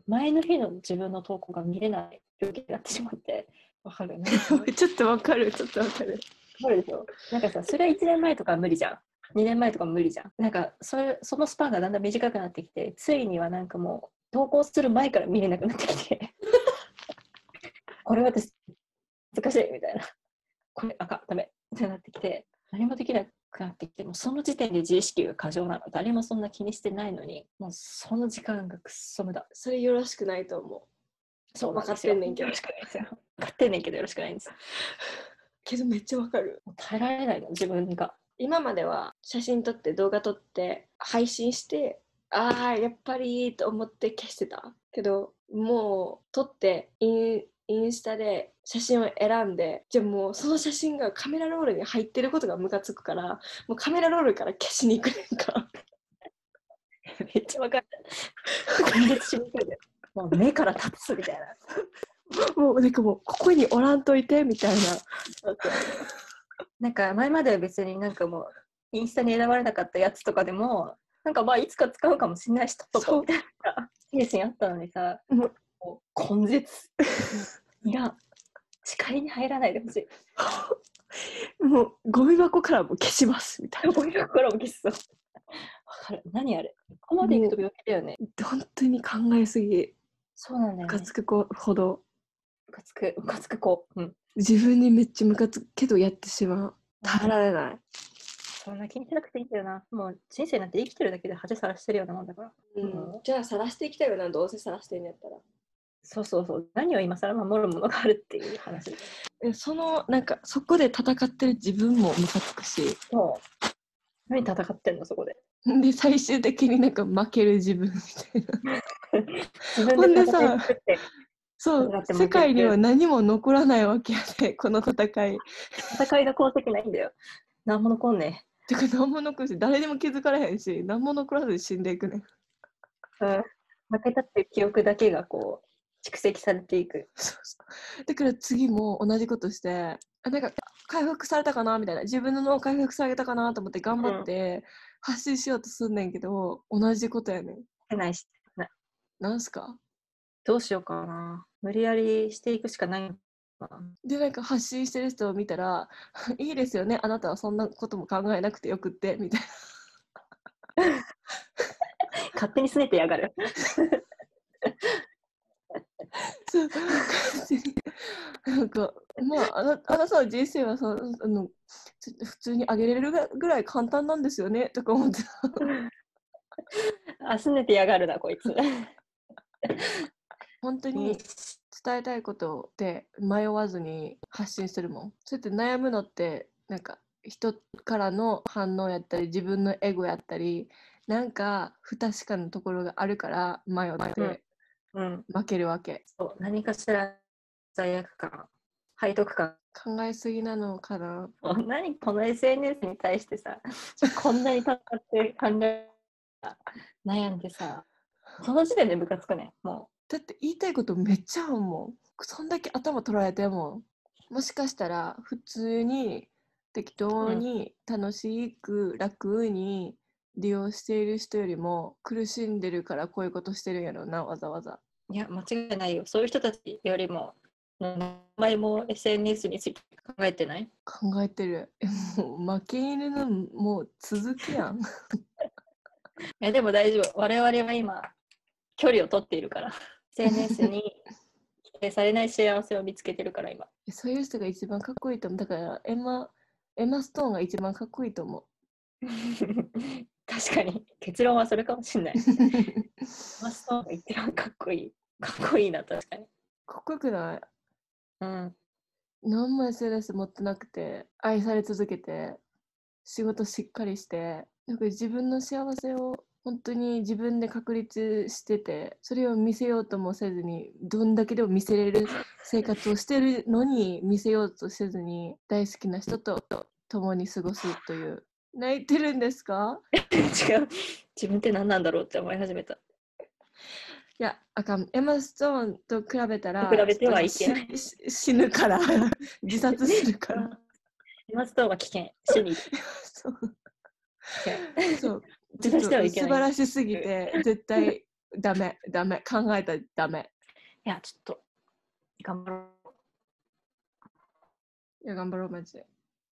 前の日の自分の投稿が見れない状況になってしまって、わかるね。 ちょっとわかる、ちょっとわかる。 わかるでしょ。なんかさ、それは1年前とかは無理じゃん。2年前とかも無理じゃん。なんかそのスパンがだんだん短くなってきて、ついにはなんかもう投稿する前から見れなくなってきて、これ私難しいみたいな。これダメってなってきて、何もできなくなってきて、もうその時点で自意識が過剰なの。誰もそんな気にしてないのに、もうその時間がくっそ無駄。 それよろしくないと思う。 そう分かってんねんけど。 よろしくないですよ。分かってんねんけどよろしくないんです。 けどめっちゃわかる。 耐えられないの、自分が。 今までは写真撮って動画撮って配信して、あーやっぱりと思って消してたけど、もう撮ってインスタで写真を選んで、じゃあもうその写真がカメラロールに入ってることがムカつくから、もうカメラロールから消しに行くねんか。 めっちゃ分かる。今月しみてる。もう目から立つみたいな。 もうなんかもうここにおらんといてみたいな。 なんか前までは別になんかもうインスタに選ばれなかったやつとかでも、なんかまあいつか使うかもしれないしとっとこみたいな精神あったのにさ、もう根絶。いや、視界に入らないでほしい。 もうゴミ箱からも消しますみたいな。 ゴミ箱からも消す。わかる。何あれ。ここまで行くと病気だよね。 本当に考えすぎ。 そうなんだよね。 ムカつく子ほど。 ムカつく子。うん。 自分にめっちゃムカつくけどやってしまう。耐えられない。 そんな気にしなくていいんだよな。もう人生なんて生きてるだけで恥さらしてるようなもんだから。 じゃあ晒していきたいよな、どうせ晒してんやったら。 そうそうそう。何を今更守るものがあるっていう話。 なんかそこで戦ってる自分もムカつくし。 そう。何戦ってんのそこで。 で最終的になんか負ける自分みたいな。 自分で戦い作って。 そう、世界には何も残らないわけやで、この戦い。 戦いの功績ないんだよ。何も残んねえ。てか何も残し、誰でも気づかれへんし、何も残らずに死んでいくね。 負けたっていう記憶だけがこう蓄積されていく。 そうそう。だから次も同じことして、なんか回復されたかなみたいな、自分の脳回復されたかなと思って頑張って発信しようとすんねんけど、同じことやねん。 ないし。 なんすか？ どうしようかな。無理やりしていくしかないのかな。 でなんか発信してる人を見たらいいですよね、あなたはそんなことも考えなくてよくってみたいな。 勝手に拗ねてやがる。 そう、なんかまあ、あなたの人生は普通にあげれるぐらい簡単なんですよねとか思ってあ、拗ねてやがるなこいつ。 本当に伝えたいことで迷わずに発信するもん。そうやって悩むのってなんか人からの反応やったり自分のエゴやったりなんか不確かなところがあるから迷って負けるわけ。 そう、何かしら罪悪感、背徳感。 考えすぎなのかな。 何この SNS に対してさ、こんなに戦って考え悩んでさ、その時点でムカつくね。もだって言いたいことめっちゃあるもん。そんだけ頭取られてももしかしたら普通に適当に楽しく楽に利用している人よりも苦しんでるからこういうことしてるんやろな、わざわざ。 いや、間違いないよ。そういう人たちよりも、名前も SNS について考えてない？ 考えてる。もう負け犬のもう続きやん。いや、でも大丈夫。我々は今、距離を取っているから。SNS に否定されない幸せを見つけてるから、今。 そういう人が一番かっこいいと思う。だからエマストーンが一番かっこいいと思う。 確かに結論はそれかもしれない。エマストーンが一番かっこいい。かっこいいな、確かに。 かっこよくない？ うん。 何も SNS 持ってなくて愛され続けて仕事しっかりしてなんか自分の幸せを本当に自分で確立しててそれを見せようともせずにどんだけでも見せれる生活をしてるのに見せようとせずに大好きな人と共に過ごすという。泣いてるんですか？ 違う。自分って何なんだろうって思い始めた。 いや、あかん。エマ・ストーンと比べたら比べてはいけない。 死ぬから自殺するから。 エマストーンは危険。死に。 そう。 そう。 ちょっと素晴らしすぎて絶対ダメ、考えたらダメ。 いや、ちょっと、頑張ろう。 いや、頑張ろう、マジで。